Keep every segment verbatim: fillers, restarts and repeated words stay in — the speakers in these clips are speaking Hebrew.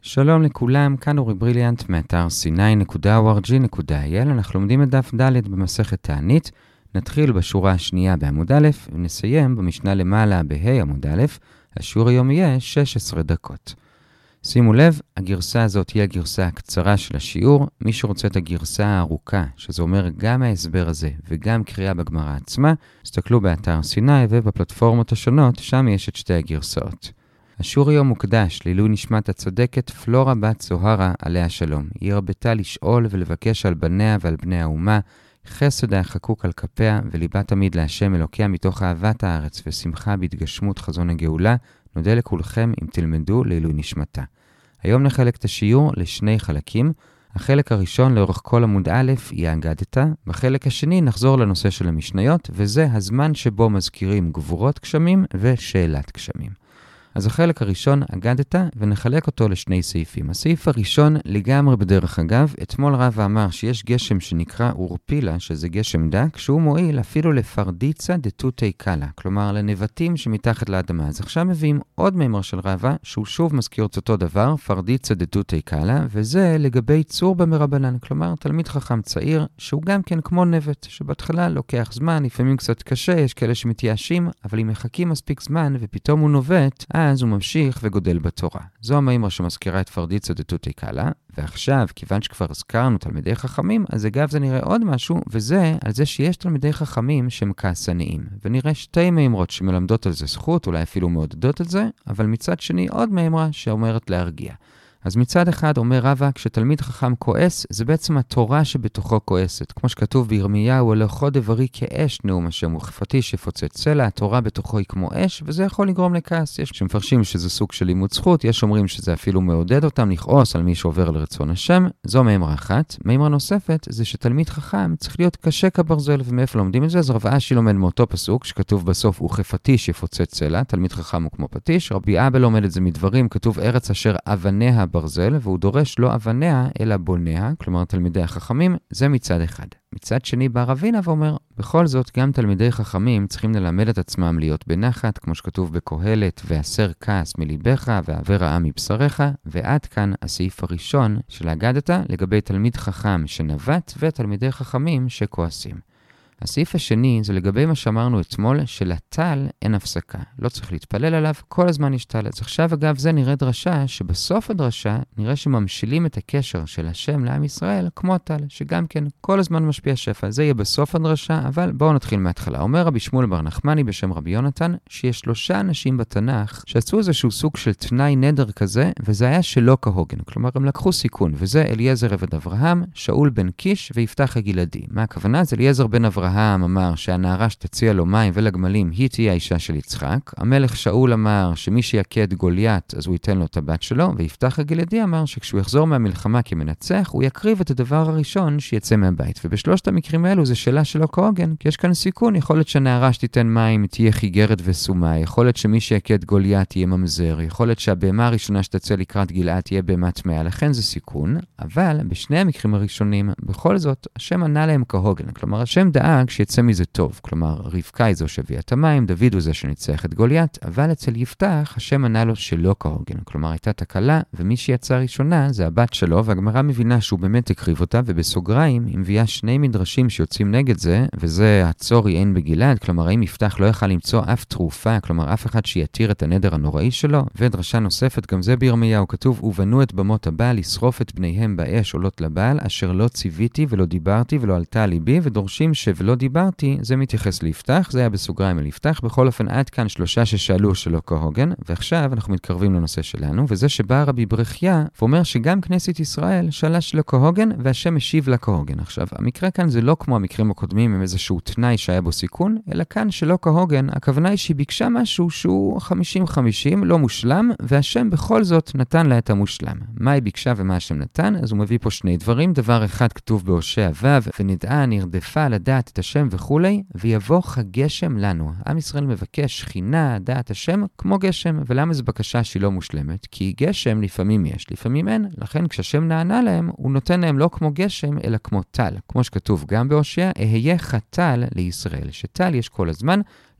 שלום לכולם, כאן אורי בריליאנט מאתר סי ניין נקודה או אר ג'י נקודה איי אל. אנחנו לומדים את דף ד' במסכת תענית. נתחיל בשורה השנייה בעמוד א' ונסיים במשנה למעלה בה' עמוד א'. השיעור היום יהיה שש עשרה דקות. שימו לב, הגרסה הזאת היא הגרסה הקצרה של השיעור. מי שרוצה את הגרסה הארוכה, שזה אומר גם ההסבר הזה וגם קריאה בגמרא עצמה, תסתכלו באתר סי ניין ובפלטפורמות השונות, שם יש את שתי הגרסאות. השיעור היום מוקדש לעילוי נשמת הצדקת פלורה בת זוהרה עליה שלום. היא הרבתה לשאול ולבקש על בניה ועל בני האומה, חסד היה חקוק על כפיה וליבה תמיד להשם אלוקיה מתוך אהבת הארץ ושמחה בהתגשמות חזון הגאולה. נודה לכולכם אם תלמדו לעילוי נשמתה. היום נחלק את השיעור לשני חלקים. החלק הראשון לאורך כל עמוד א' היא אגדתא. בחלק השני נחזור לנושא של המשניות, וזה הזמן שבו מזכירים גבורות גשמים ושאלת גשמים. אז החלק הראשון אגדתא, ונחלק אותו לשני סעיפים. הסעיף הראשון לגמרי בדרך אגב, אתמול רב אמר שיש גשם שנקרא אורפילה, שזה גשם דק, שהוא מועיל אפילו לפרדיצה דתותי קלה, כלומר לנבטים שמתחת לאדמה. אז עכשיו מביאים עוד מימר של רבא, שהוא שוב מזכיר את אותו דבר, פרדיצה דתותי קלה, וזה לגבי צור במרבנן, כלומר תלמיד חכם צעיר, שהוא גם כן כמו נבט, שבהתחלה לוקח זמן, לפעמים קצת קשה, יש כאלה שמתייאשים, אבל אם מחכים מספיק זמן ופתאום הוא נובט, אז הוא ממשיך וגודל בתורה. זו המימרה שמזכירה את פרדיצה דתותי קלה, ועכשיו, כיוון שכבר הזכרנו תלמידי חכמים, אז אגב זה נראה עוד משהו, וזה על זה שיש תלמידי חכמים שהם כעסניים. ונראה שתי מימרות שמלמדות על זה זכות, אולי אפילו מעודדות על זה, אבל מצד שני עוד מימרה שאומרת להרגיע. אז מצד אחד אומר רבא, כשתלמיד חכם כועס, זה בעצם התורה שבתוכו כועסת. כמו שכתוב בירמיהו, הלכו דברי כאש נאום השם וכפתי שפוצץ סלע, התורה בתוכו היא כמו אש, וזה יכול לגרום לכעס. יש שמפרשים שזה סוג של לימוד זכות, יש אומרים שזה אפילו מעודד אותם לכעוס על מי שעובר לרצון השם. זו מימרה אחת. מימרה נוספת זה שתלמיד חכם צריך להיות קשה כברזל, ומאיפה לומדים את זה? אז רב אשי לומד מאותו פסוק שכתוב בסוף וכפתי שפוצץ סלע, תלמיד חכם הוא כמו פטיש. רבי אבא לומד את זה מדברים, כתוב ארץ אשר אבניה ברזל, והוא דורש לא אבניה אלא בוניה, כלומר תלמידי החכמים. זה מצד אחד. מצד שני בא רבינה ואומר, בכל זאת גם תלמידי חכמים צריכים ללמד את עצמם להיות בנחת, כמו שכתוב בקהלת, והסר כעס מליבך והעבר רעה מבשריך. ועד כאן הסעיף הראשון של אגדתא לגבי תלמיד חכם שנבט ותלמידי חכמים שכועסים. הסעיף השני זה לגבי מה שאמרנו אתמול, שלטל אין הפסקה. לא צריך להתפלל עליו, כל הזמן יש טל. אז עכשיו אגב זה נראה דרשה, שבסוף הדרשה נראה שממשילים את הקשר של השם לעם ישראל כמו טל, שגם כן כל הזמן משפיע שפע. זה יהיה בסוף הדרשה, אבל בואו נתחיל מההתחלה. אומר רבי שמואל בר נחמני בשם רבי יונתן, שיש שלושה אנשים בתנ"ך שעשו איזשהו סוג של תנאי נדר כזה, וזה היה שלא כהוגן. כלומר הם לקחו סיכון, וזה אליעזר עבד אברהם, שאול בן קיש ויפתח הגלעדי. מה הכוונה? זה אליעזר בן אברהם אברהם אמר שהנערה שתציע לו מים ולגמלים היא תהיה האישה של יצחק. המלך שאול אמר שמי שיקה את גוליית אז הוא ייתן לו את הבת שלו, ויפתח הגלעדי אמר שכשהוא יחזור מהמלחמה כמנצח הוא יקריב את הדבר הראשון שיצא מהבית. ובשלושת המקרים האלו זה שאלה שלא כהוגן, כי יש כאן סיכון. יכול להיות שהנערה שתיתן מים תהיה חיגרת וסומה, יכול להיות שמי שיקה את גוליית תהיה ממזר, יכול להיות שהבהמה הראשונה שתצא לקראת גלעד תהיה בהמה טמאה, לכן זה סיכון. אבל בשני המקרים הראשונים בכל זאת השם ענה להם כהוגן, כלומר השם דאג שיצא מזה טוב. כלומר, רבקה היא זו שהביאה את המים, דוד הוא זה שניצח את גוליית, אבל אצל יפתח, השם ענה לו שלא כהוגן. כלומר, הייתה תקלה, ומי שיצא ראשונה זה הבת שלו, והגמרא מבינה שהוא באמת הקריב אותה, ובסוגריים היא מביאה שני מדרשים שיוצאים נגד זה, וזה הצורי אין בגלעד, כלומר, האם יפתח לא יכל למצוא אף תרופה, כלומר, אף אחד שיתיר את הנדר הנוראי שלו, ודרשה נוספת, גם זה בירמיהו, כתוב, ובנו את במות הבעל, לשרוף את בניהם באש עולות לבעל, אשר לא ציוויתי ולא דיברתי ולא עלתה ליבי, ודורשים שלא דיברתי, זה מתייחס ליפתח, זה היה בסוגריים על יפתח. בכל אופן עד כאן שלושה ששאלו שלא כהוגן, ועכשיו אנחנו מתקרבים לנושא שלנו, וזה שבא רבי ברכיה ואומר שגם כנסת ישראל שאלה שלא כהוגן, והשם משיב לה כהוגן. עכשיו, המקרה כאן זה לא כמו המקרים הקודמים עם איזשהו תנאי שהיה בו סיכון, אלא כאן שלא כהוגן, הכוונה היא שהיא ביקשה משהו שהוא חמישים חמישים, לא מושלם, והשם בכל זאת נתן לה את המושלם. מה היא ביקשה ומה השם נתן? אז הוא מביא פה שני דברים. דבר אחד כתוב בהושע ו', ונדעה נרדפה לדעת את השם וכולי, ויבוא כגשם לנו. עם ישראל מבקש שכינה, דעת השם, כמו גשם. ולמה זו בקשה שהיא לא מושלמת? כי גשם לפעמים יש, לפעמים אין. לכן כשהשם נענה להם, הוא נותן להם לא כמו גשם, אלא כמו טל. כמו שכתוב גם בהושע, אהיה כטל לישראל. שטל יש כל הזמן,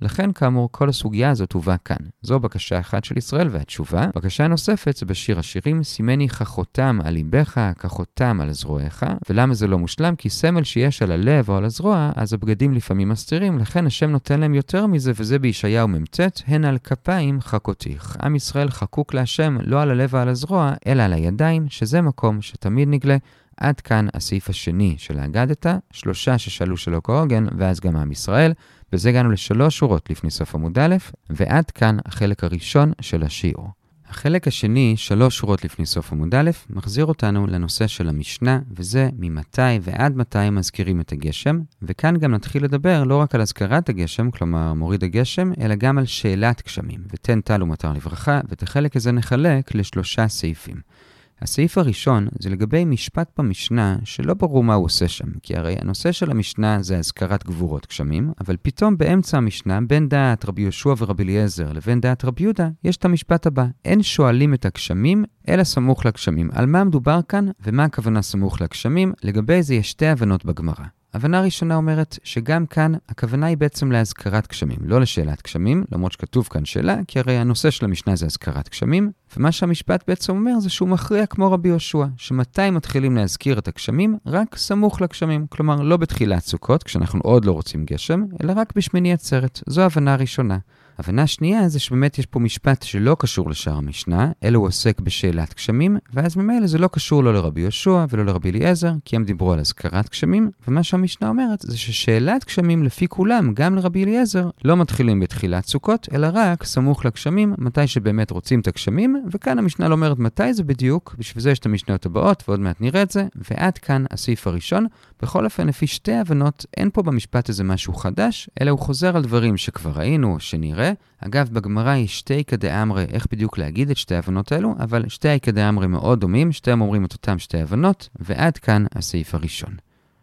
לכן כאמור כל הסוגיה הזאת הובאה כאן. זו בקשה אחת של ישראל והתשובה. בקשה נוספת זה בשיר השירים, שימני כחותם על ליבך, כחותם על זרועך. ולמה זה לא מושלם? כי סמל שיש על הלב או על הזרוע, אז הבגדים לפעמים מסתירים, לכן השם נותן להם יותר מזה, וזה בישעיהו מ"ט, הן על כפיים חכותיך. עם ישראל חקוק להשם לא על הלב ועל הזרוע, אלא על הידיים, שזה מקום שתמיד נגלה. עד כאן הסעיף השני של האגדתא, שלושה ששאלו שלא כהוגן, ואז גם עם ישראל. בזה הגענו לשלוש שורות לפני סוף עמוד א', ועד כאן החלק הראשון של השיעור. החלק השני, שלוש שורות לפני סוף עמוד א', מחזיר אותנו לנושא של המשנה, וזה ממתי ועד מתי מזכירים את הגשם, וכאן גם נתחיל לדבר לא רק על הזכרת הגשם, כלומר מוריד הגשם, אלא גם על שאלת גשמים, ותן טל ומטר לברכה, ואת החלק הזה נחלק לשלושה סעיפים. הסעיף הראשון זה לגבי משפט במשנה שלא ברור מה הוא עושה שם, כי הרי הנושא של המשנה זה הזכרת גבורות גשמים, אבל פתאום באמצע המשנה, בין דעת רבי יהושע ורבי אליעזר לבין דעת רבי יהודה, יש את המשפט הבא, אין שואלים את הגשמים, אלא סמוך לגשמים. על מה מדובר כאן ומה הכוונה סמוך לגשמים? לגבי זה יש שתי הבנות בגמרא. הבנה הראשונה אומרת שגם כאן הכוונה היא בעצם להזכרת גשמים, לא לשאלת גשמים, למרות שכתוב כאן שאלה, כי הרי הנושא של המשנה זה הזכרת גשמים, ומה שהמשפט בעצם אומר זה שהוא מכריע כמו רבי יהושע, שמתי מתחילים להזכיר את הגשמים? רק סמוך לגשמים, כלומר לא בתחילת סוכות, כשאנחנו עוד לא רוצים גשם, אלא רק בשמיני עצרת. זו ההבנה הראשונה. הבנה שנייה זה שבאמת יש פה משפט שלא קשור לשאר המשנה, אלא הוא עוסק בשאלת גשמים, ואז ממילא זה לא קשור לא לרבי יהושע ולא לרבי אליעזר, כי הם דיברו על הזכרת גשמים, ומה שהמשנה אומרת זה ששאלת גשמים לפי כולם, גם לרבי אליעזר, לא מתחילים בתחילת סוכות, אלא רק סמוך לגשמים, מתי שבאמת רוצים את הגשמים, וכאן המשנה לא אומרת מתי זה בדיוק, בשביל זה יש את המשניות הבאות, ועוד מעט נראה את זה, ועד כאן הסעיף הראשון. בכל אופן, לפי שתי הבנות, אין פה במשפט הזה משהו חדש, אלא הוא חוזר על דברים שכבר ראינו, שנראה. אגב, בגמרא יש שתי כדאמרי, איך בדיוק להגיד את שתי הבנות האלו, אבל שתי כדאמרי מאוד דומים, שתיהם אומרים את אותם שתי הבנות, ועד כאן הסעיף הראשון.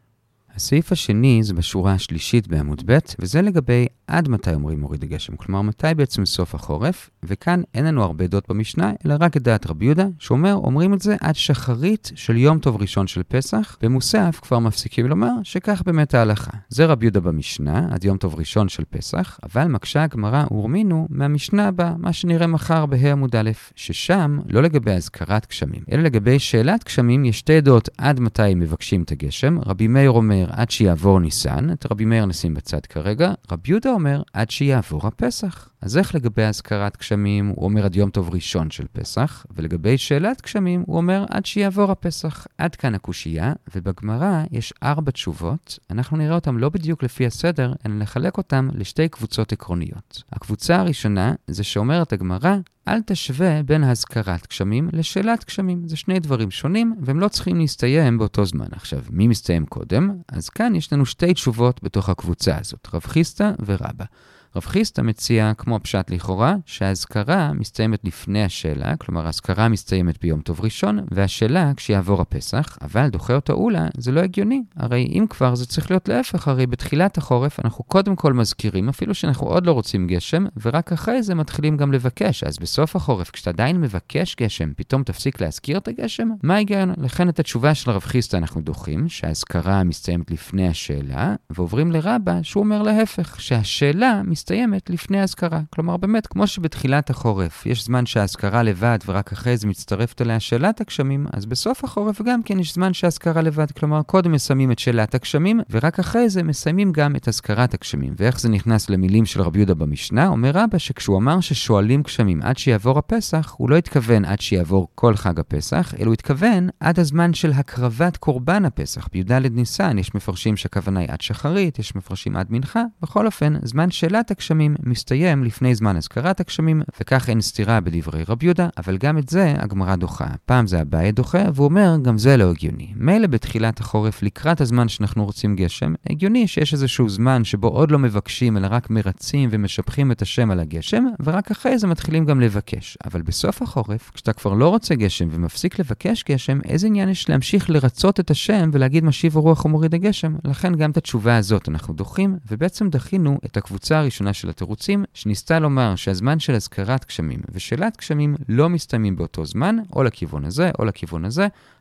הסעיף השני זה בשורה השלישית בעמוד ב', וזה לגבי עד מתי אומרים מוריד הגשם, כלומר מתי בעצם סוף החורף, וכאן אין לנו הרבה דעות במשנה, אלא רק את דעת רבי יהודה, שאומר, אומרים את זה עד שחרית של יום טוב ראשון של פסח, במוסף כבר מפסיקים לומר שכך באמת ההלכה. זה רבי יהודה במשנה, עד יום טוב ראשון של פסח, אבל מקשה הגמרא ורמינו מהמשנה הבא, מה שנראה מחר בה' עמוד א', ששם לא לגבי הזכרת גשמים, אלא לגבי שאלת גשמים, יש שתי דעות עד מתי מבקשים את הגשם. רבי מאיר אומר עד שיעבור ניסן, את רבי מאיר נשים בצד כרגע, רבי יהודה אומר עד שיעבור הפסח. אז איך לגבי הזכרת גשמים הוא אומר עד יום טוב ראשון של פסח, ולגבי שאלת גשמים הוא אומר עד שיעבור הפסח. עד כאן הקושייה, ובגמרא יש ארבע תשובות, אנחנו נראה אותם לא בדיוק לפי הסדר, אלא נחלק אותם לשתי קבוצות עקרוניות. הקבוצה הראשונה זה שאומרת הגמרא, אל תשווה בין הזכרת גשמים לשאלת גשמים. זה שני דברים שונים, והם לא צריכים להסתיים באותו זמן. עכשיו, מי מסתיים קודם? אז כאן יש לנו שתי תשובות בתוך הקבוצה הזאת, רב חיסדא ורבא. רב חיסדא מציע, כמו הפשט לכאורה, שההזכרה מסתיימת לפני השאלה, כלומר ההזכרה מסתיימת ביום טוב ראשון, והשאלה כשיעבור הפסח, אבל דוחה אותה אולה, זה לא הגיוני. הרי אם כבר זה צריך להיות להפך, הרי בתחילת החורף אנחנו קודם כל מזכירים, אפילו שאנחנו עוד לא רוצים גשם, ורק אחרי זה מתחילים גם לבקש. אז בסוף החורף, כשאתה עדיין מבקש גשם, פתאום תפסיק להזכיר את הגשם? מה ההיגיון? לכן את התשובה של רב חיסדא אנחנו דוחים, שההזכרה מסתיימת לפני השאלה, ועוברים לרבא, שהוא אומר להפך, שהשאלה מסתיימת לפני ההזכרה. כלומר, באמת, כמו שבתחילת החורף יש זמן שההזכרה לבד ורק אחרי זה מצטרפת אליה שאלת הגשמים, אז בסוף החורף גם כן יש זמן שההזכרה לבד. כלומר, קודם מסיימים את שאלת הגשמים, ורק אחרי זה מסיימים גם את הזכרת הגשמים. ואיך זה נכנס למילים של רבי יהודה במשנה? אומר רבא שכשהוא אמר ששואלים גשמים עד שיעבור הפסח, הוא לא התכוון עד שיעבור כל חג הפסח, אלא הוא התכוון עד הזמן של הקרבת קורבן הפסח. בי"ד ניסן יש מפרשים שהכוונה היא עד שחרית, יש מפרשים עד מנחה. בכל אופן, זמן שאלת הגשמים מסתיים לפני זמן הזכרת הגשמים, וכך אין סתירה בדברי רבי יהודה, אבל גם את זה הגמרא דוחה. פעם זה אביי דוחה, והוא אומר, גם זה לא הגיוני. מילא בתחילת החורף, לקראת הזמן שאנחנו רוצים גשם, הגיוני שיש איזשהו זמן שבו עוד לא מבקשים, אלא רק מרצים ומשבחים את השם על הגשם, ורק אחרי זה מתחילים גם לבקש. אבל בסוף החורף, כשאתה כבר לא רוצה גשם ומפסיק לבקש גשם, איזה עניין יש להמשיך לרצות את השם ולהגיד משיב הרוח ומוריד הגשם? לכן גם את התשובה הזאת אנחנו דוחים, ובעצם דחינו את הקבוצה הראשונה של התירוצים, שניסתה לומר שהזמן של הזכרת גשמים ושאלת גשמים לא מסתיימים באותו זמן, או לכיוון הזה או לכיוון הזה.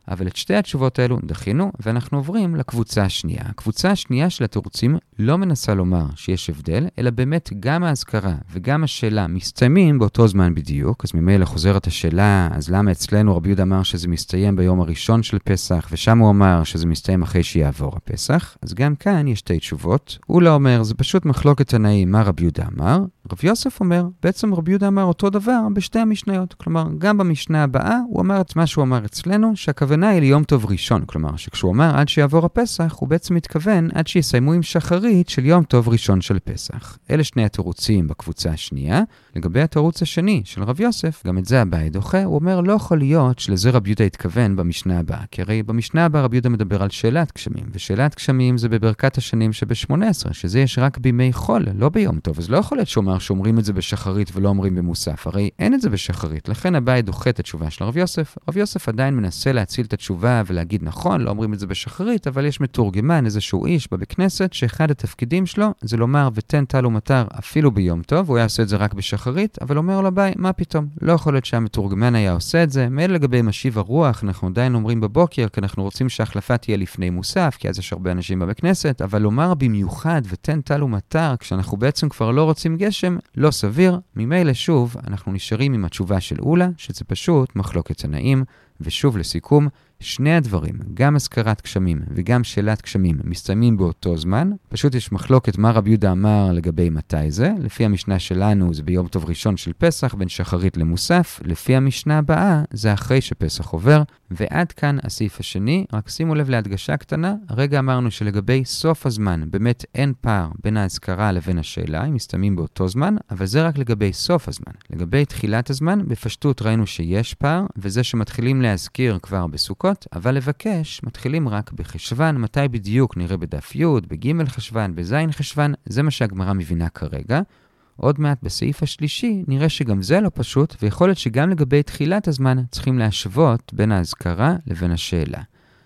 אבל את שתי התשובות האלו דחינו, ואנחנו עוברים לקבוצה השנייה. הקבוצה השנייה של התירוצים לא מנסה לומר שיש הבדל, אלא באמת גם ההזכרה וגם השאלה מסתיימים באותו זמן בדיוק. אז ממילא חוזרת השאלה, אז למה אצלנו רבי יהודה אמר שזה מסתיים ביום הראשון של פסח, ושם הוא אמר שזה מסתיים אחרי שיעבור הפסח? אז גם כאן יש שתי תשובות. הוא לא אומר, זה פשוט מחלוקת תנאים מה רבי יהודה אמר. רב יוסף אומר, בעצם רבי יהודה אמר אותו דבר בשתי המשניות. כלומר, גם במשנה הבאה הוא אמר את מה שהוא אמר אצלנו, שהכוונה היא ליום טוב ראשון. כלומר, שכשהוא אמר עד שיעבור הפסח, הוא בעצם מתכוון עד שיסיימו עם שחרית של יום טוב ראשון של פסח. אלה שני התירוצים בקבוצה השנייה. לגבי התירוץ השני של רב יוסף, גם את זה הבא דוחה, הוא אומר לא יכול להיות שלזה רבי יהודה התכוון במשנה הבאה. כי הרי במשנה הבאה רבי יהודה מדבר על שאלת גשמים, ושאלת גשמים זה בברכת השנים שב-שמונה עשרה, שזה יש רק בימי חול, לא ביום טוב. אז לא יכול להיות שאומר שאומרים את זה בשחרית ולא אומרים במוסף. הרי אין את זה בשחרית. לכן הבא דוחה את התשובה של רב יוסף. רב יוסף עדיין מנסה להציל את התשובה ולהגיד נכון, לא אומרים את זה בשחרית, אבל יש מתורגמן, איזשהו איש בכנסת, שאחד התפקידים שלו זה לומר ותן טל ומטר אפילו ביום טוב, הוא היה עושה את זה רק בשחרית, אבל אומר לו ביי, מה פתאום? לא יכול להיות שהמתורגמן היה עושה את זה. מילא לגבי משיב הרוח, אנחנו עדיין אומרים בבוקר, כי אנחנו רוצים שההחלפה תהיה לפני מוסף, כי אז יש הרבה אנשים בכנסת, אבל לומר במיוחד ותן טל ומטר, כשאנחנו בעצם כבר לא רוצים גשם, לא סביר. ממילא שוב, אנחנו נשארים עם התשובה של אולה, שזה פשוט מחלוקת תנאים. ושוב לסיכום, שני הדברים, גם הזכרת גשמים וגם שאלת גשמים, מסתיימים באותו זמן. פשוט יש מחלוקת מה רבי יהודה אמר לגבי מתי זה. לפי המשנה שלנו זה ביום טוב ראשון של פסח, בין שחרית למוסף. לפי המשנה הבאה זה אחרי שפסח עובר. ועד כאן הסעיף השני. רק שימו לב להדגשה קטנה. הרגע אמרנו שלגבי סוף הזמן באמת אין פער בין ההזכרה לבין השאלה, הם מסתיימים באותו זמן, אבל זה רק לגבי סוף הזמן. לגבי תחילת הזמן, בפשטות ראינו שיש פער, וזה שמתחילים להזכיר כבר בסוכות, אבל לבקש מתחילים רק בחשבן. מתי בדיוק נראה בדף י', בג' חשבן, בז' חשבן, זה מה שהגמרא מבינה כרגע. עוד מעט בסעיף השלישי נראה שגם זה לא פשוט, ויכול להיות שגם לגבי תחילת הזמן צריכים להשוות בין ההזכרה לבין השאלה.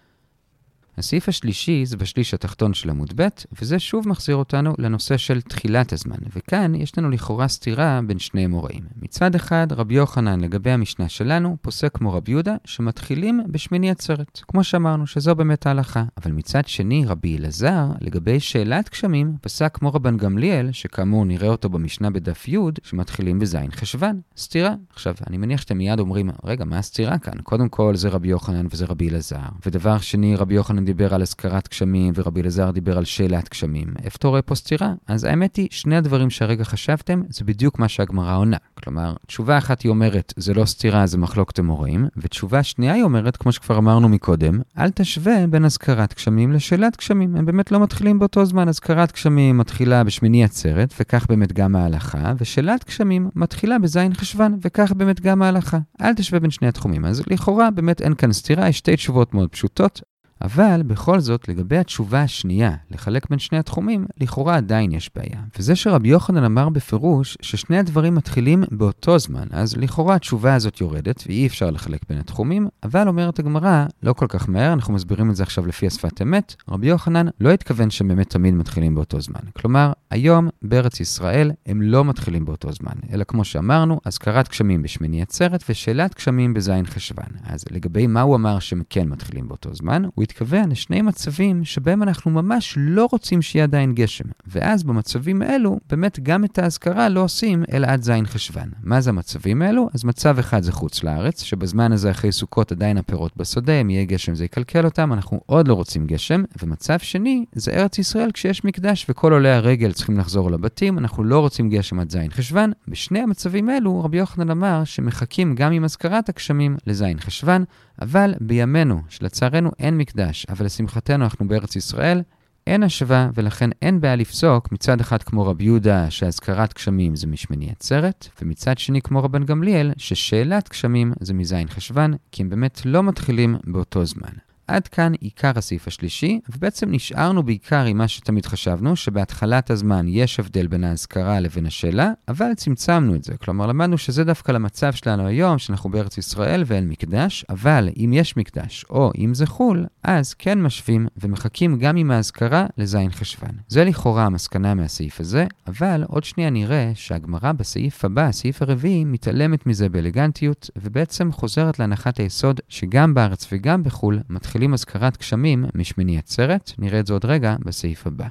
הסעיף השלישי זה בשליש התחתון של עמוד ב', וזה שוב מחזיר אותנו לנושא של תחילת הזמן. וכאן יש לנו לכאורה סתירה בין שני מוראים. מצד אחד, רבי יוחנן לגבי המשנה שלנו פוסק כמו רבי יהודה שמתחילים בשמיני עצרת. כמו שאמרנו שזו באמת ההלכה. אבל מצד שני, רבי אלעזר לגבי שאלת גשמים פסק כמו רבן גמליאל, שכאמור נראה אותו במשנה בדף י', שמתחילים בזין חשבן. סתירה. עכשיו, אני מניח שאתם מיד אומרים, רגע, מה הסתירה כאן? קודם כל זה רבי יוחנן וזה רבי אלעזר. ודבר שני, רבי יוחנן דיבר על הזכרת גשמים ורבי אלעזר דיבר על שאלת גשמים. איפה אתה רואה פה סתירה? אז האמת היא, שני הדברים שהרגע חשבתם, זה בדיוק מה שהגמרא עונה. כלומר, תשובה אחת היא אומרת, זה לא סתירה, זה מחלוקת אמוראים, ותשובה שנייה היא אומרת, כמו שכבר אמרנו מקודם, אל תשווה בין הזכרת גשמים לשאלת גשמים. הם באמת לא מתחילים באותו זמן. הזכרת גשמים מתחילה בשמיני עצרת, וכך באמת גם ההלכה, ושאלת גשמים מתחילה בזין חשבן, וכך באמת גם ההלכה. אל תשווה בין שני התחומים. אז לכאורה באמת אין כאן סתירה, יש שתי תשובות מאוד פשוטות. אבל בכל זאת, לגבי התשובה השנייה, לחלק בין שני התחומים, לכאורה עדיין יש בעיה. וזה שרבי יוחנן אמר בפירוש ששני הדברים מתחילים באותו זמן, אז לכאורה התשובה הזאת יורדת, ואי אפשר לחלק בין התחומים, אבל אומרת הגמרא, לא כל כך מהר, אנחנו מסבירים את זה עכשיו לפי השפת אמת, רבי יוחנן לא התכוון שהם באמת תמיד מתחילים באותו זמן. כלומר, היום בארץ ישראל הם לא מתחילים באותו זמן, אלא כמו שאמרנו, הזכרת גשמים בשמיני עצרת ושאלת גשמים בזין חשבן. אז לגבי מה הוא אמר שהם כן מתחילים באותו זמן, הוא התכוון לשני מצבים שבהם אנחנו ממש לא רוצים שיהיה עדיין גשם. ואז במצבים האלו, באמת גם את ההזכרה לא עושים אלא עד זין חשבן. מה זה המצבים האלו? אז מצב אחד זה חוץ לארץ, שבזמן הזה אחרי סוכות עדיין הפירות בשדה, אם יהיה גשם זה יקלקל אותם, אנחנו עוד לא רוצים גשם. ומצב שני, זה ארץ ישראל כשיש מקדש וכל עולי הרגל צריכים לחזור לבתים, אנחנו לא רוצים גשם עד זין חשבן. בשני המצבים האלו, רבי יוחנן אמר שמחכים גם עם הזכרת הגשמים לזין חשבן, אבל בימינו, שלצערנו אין מקדש, אבל לשמחתנו אנחנו בארץ ישראל, אין השוואה, ולכן אין בעיה לפסוק מצד אחד כמו רבי יהודה שהזכרת גשמים זה משמיני עצרת, ומצד שני כמו רבן גמליאל ששאלת גשמים זה מזין חשבן, כי הם באמת לא מתחילים באותו זמן. עד כאן עיקר הסעיף השלישי, ובעצם נשארנו בעיקר עם מה שתמיד חשבנו, שבהתחלת הזמן יש הבדל בין ההזכרה לבין השאלה, אבל צמצמנו את זה. כלומר, למדנו שזה דווקא למצב שלנו היום, שאנחנו בארץ ישראל ואין מקדש, אבל אם יש מקדש או אם זה חול, אז כן משווים ומחכים גם עם ההזכרה לזין חשוון. זה לכאורה המסקנה מהסעיף הזה, אבל עוד שנייה נראה שהגמרא בסעיף הבא, הסעיף הרביעי, מתעלמת מזה באלגנטיות, ובעצם חוזרת להנחת היסוד שגם בארץ וגם בחול מתחילים הזכרת גשמים משמיני עצרת. נראה את זה עוד רגע בסעיף הבא.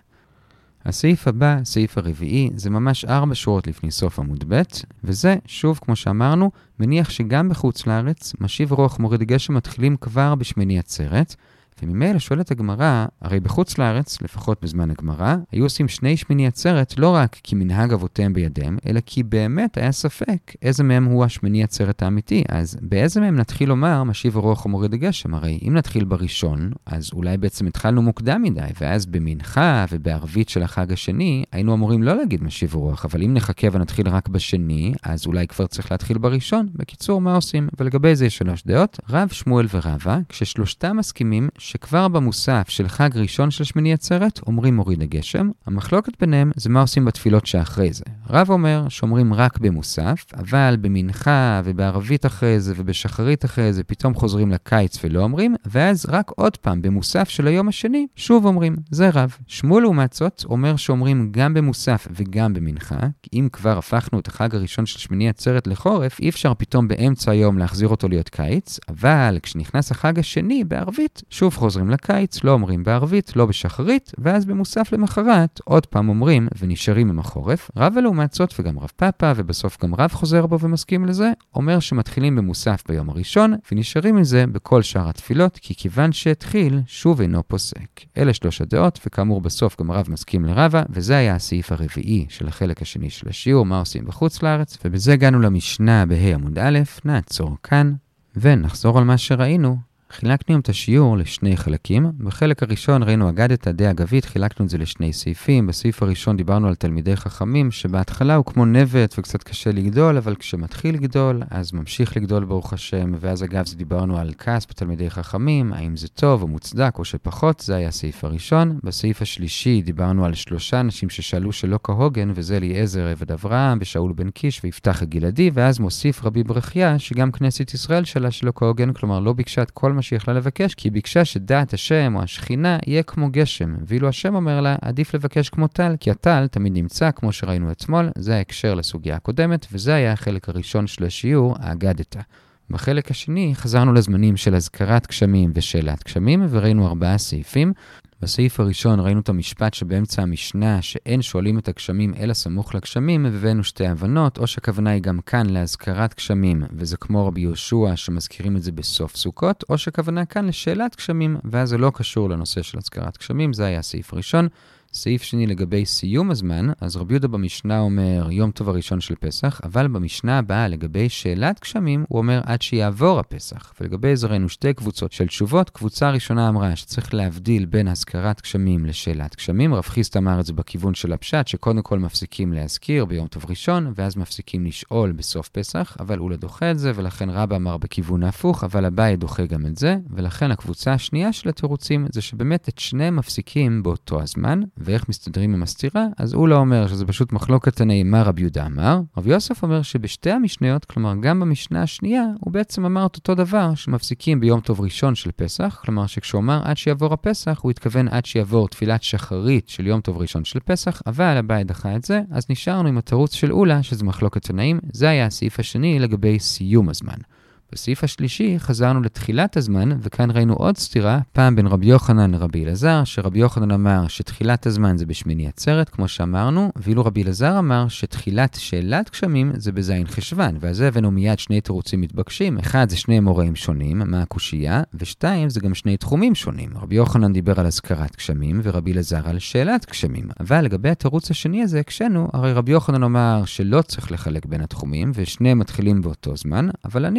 הסעיף הבא, הסעיף הרביעי, זה ממש ארבע שורות לפני סוף עמוד ב', וזה, שוב כמו שאמרנו, מניח שגם בחוץ לארץ, משיב רוח מוריד גשם מתחילים כבר בשמיני עצרת, וממילא שואלת הגמרא, הרי בחוץ לארץ, לפחות בזמן הגמרא, היו עושים שני שמיני עצרת לא רק כי מנהג אבותיהם בידיהם, אלא כי באמת היה ספק איזה מהם הוא השמיני עצרת האמיתי. אז באיזה מהם נתחיל לומר משיב הרוח ומוריד הגשם? הרי אם נתחיל בראשון, אז אולי בעצם התחלנו מוקדם מדי, ואז במנחה ובערבית של החג השני, היינו אמורים לא להגיד משיב הרוח, אבל אם נחכה ונתחיל רק בשני, אז אולי כבר צריך להתחיל בראשון. בקיצור, מה עושים? ולגבי זה יש שלוש דעות, רב, שמואל ורבא, כששלושתם מסכימים שכבר במוסף של חג ראשון של שמיני עצרת אומרים מוריד הגשם. המחלוקת ביניהם זה מה עושים בתפילות שאחרי זה. רב אומר שאומרים רק במוסף, אבל במנחה ובערבית אחרי זה ובשחרית אחרי זה פתאום חוזרים לקיץ ולא אומרים, ואז רק עוד פעם במוסף של היום השני שוב אומרים. זה רב. שמואל לעומת זאת אומר שאומרים גם במוסף וגם במנחה, כי אם כבר הפכנו את החג הראשון של שמיני עצרת לחורף, אי אפשר פתאום באמצע היום להחזיר אותו להיות קיץ, אבל כשנכנס החג השני בערבית, שוב חוזרים לקיץ, לא אומרים בערבית, לא בשחרית, ואז במוסף למחרת עוד פעם אומרים ונשארים עם החורף. רב לעומת זאת וגם רב פאפה, ובסוף גם רב חוזר בו ומסכים לזה, אומר שמתחילים במוסף ביום הראשון ונשארים עם זה בכל שאר התפילות, כי כיוון שהתחיל שוב אינו פוסק. אלה שלוש הדעות, וכאמור בסוף גם רב מסכים לרבה, וזה היה הסעיף הרביעי של החלק השני של השיעור, מה עושים בחוץ לארץ, ובזה הגענו למשנה בה' עמוד א', נעצור כאן ונחזור על מה שראינו. חילקנו את השיעור לשני חלקים. בחלק הראשון ראינו אגדתא דאגבית, חילקנו את זה לשני סעיפים. בסעיף הראשון דיברנו על תלמידי חכמים, שבהתחלה הוא כמו נבט וקצת קשה לגדול, אבל כשמתחיל לגדול, אז ממשיך לגדול ברוך השם, ואז אגב זה דיברנו על כעס בתלמידי חכמים, האם זה טוב או מוצדק או שפחות, זה היה הסעיף הראשון. בסעיף השלישי דיברנו על שלושה אנשים ששאלו שלא כהוגן, וזה אליעזר עבד אברהם, ושאול בן קיש, ויפתח הגלעדי, ואז מוסיף רבי ברכיה, שגם כנסת ישראל שאלה שלא כהוגן, כלומר לא ביקשה את כל מה שהיא יכלה לבקש, כי היא ביקשה שדעת השם או השכינה יהיה כמו גשם, ואילו השם אומר לה, עדיף לבקש כמו טל, כי הטל תמיד נמצא, כמו שראינו אתמול. זה ההקשר לסוגיה הקודמת, וזה היה החלק הראשון של השיעור, האגדתא. בחלק השני חזרנו לזמנים של הזכרת גשמים ושאלת גשמים, וראינו ארבעה סעיפים. בסעיף הראשון ראינו את המשפט שבאמצע המשנה שאין שואלים את הגשמים אלא סמוך לגשמים, והבאנו שתי הבנות, או שהכוונה היא גם כאן להזכרת גשמים, וזה כמו רבי יהושע שמזכירים את זה בסוף סוכות, או שהכוונה כאן לשאלת גשמים, ואז זה לא קשור לנושא של הזכרת גשמים. זה היה הסעיף הראשון. סעיף שני לגבי סיום הזמן, אז רבי יהודה במשנה אומר יום טוב הראשון של פסח, אבל במשנה הבאה לגבי שאלת גשמים הוא אומר עד שיעבור הפסח. ולגבי זה ראינו שתי קבוצות של תשובות. קבוצה ראשונה אמרה שצריך להבדיל בין הזכרת גשמים לשאלת גשמים. רב חיסטה אמר את זה בכיוון של הפשט, שקודם כל מפסיקים להזכיר ביום טוב ראשון, ואז מפסיקים לשאול בסוף פסח, אבל הוא לא דוחה את זה, ולכן רבא אמר בכיוון ההפוך, אבל אביי דוחה גם את זה, ולכן הקבוצה השנייה של התירוצים זה שבאמת את שניהם מפסיקים באותו הזמן. ואיך מסתדרים עם הסתירה? אז הוא לא אומר שזה פשוט מחלוקת תנאי מה רבי יהודה אמר. רבי יוסף אומר שבשתי המשניות, כלומר גם במשנה השנייה, הוא בעצם אמר את אותו דבר שמפסיקים ביום טוב ראשון של פסח, כלומר שכשהוא אמר עד שיעבור הפסח, הוא התכוון עד שיעבור תפילת שחרית של יום טוב ראשון של פסח, אבל אביי דחה את זה, אז נשארנו עם התירוץ של אולה שזה מחלוקת תנאים. זה היה הסעיף השני לגבי סיום הזמן. בסעיף השלישי חזרנו לתחילת הזמן, וכאן ראינו עוד סתירה, פעם בין רבי יוחנן לרבי אלעזר, שרבי יוחנן אמר שתחילת הזמן זה בשמיני עצרת, כמו שאמרנו, ואילו רבי אלעזר אמר שתחילת שאלת גשמים זה בזין חשוון, ועל זה הבאנו מיד שני תירוצים מתבקשים. אחד זה שני מוראים שונים, מה הקושייה, ושתיים זה גם שני תחומים שונים. רבי יוחנן דיבר על הזכרת גשמים, ורבי אלעזר על שאלת גשמים. אבל לגבי התירוץ השני הזה, הקשנו, הרי רבי יוחנן אמר שלא צריך לחלק בין התחומים, ושניהם מתחילים באותו זמן, אבל ענינו,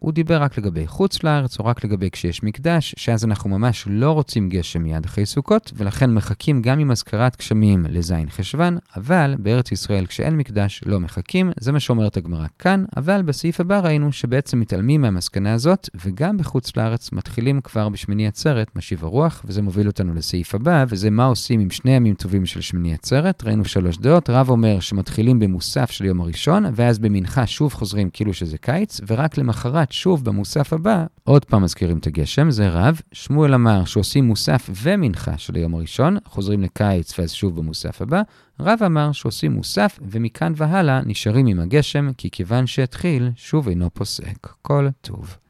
הוא דיבר רק לגבי חוץ לארץ, או רק לגבי כשיש מקדש, שאז אנחנו ממש לא רוצים גשם מיד אחרי סוכות, ולכן מחכים גם עם הזכרת גשמים לזין חשוון, אבל בארץ ישראל כשאין מקדש לא מחכים, זה מה שאומרת הגמרא כאן, אבל בסעיף הבא ראינו שבעצם מתעלמים מהמסקנה הזאת, וגם בחוץ לארץ מתחילים כבר בשמיני עצרת משיב הרוח, וזה מוביל אותנו לסעיף הבא, וזה מה עושים עם שני ימים טובים של שמיני עצרת. ראינו שלוש דעות, רב אומר שמתחילים במוסף של יום הראשון, ואז במנחה שוב חוזרים כאילו שזה קיץ, ורק למחרת שוב במוסף הבא, עוד פעם מזכירים את הגשם, זה רב. שמואל אמר שעושים מוסף ומנחה של היום הראשון, חוזרים לקיץ ואז שוב במוסף הבא. רב אמר שעושים מוסף ומכאן והלאה נשארים עם הגשם, כי כיוון שהתחיל שוב אינו פוסק. כל טוב.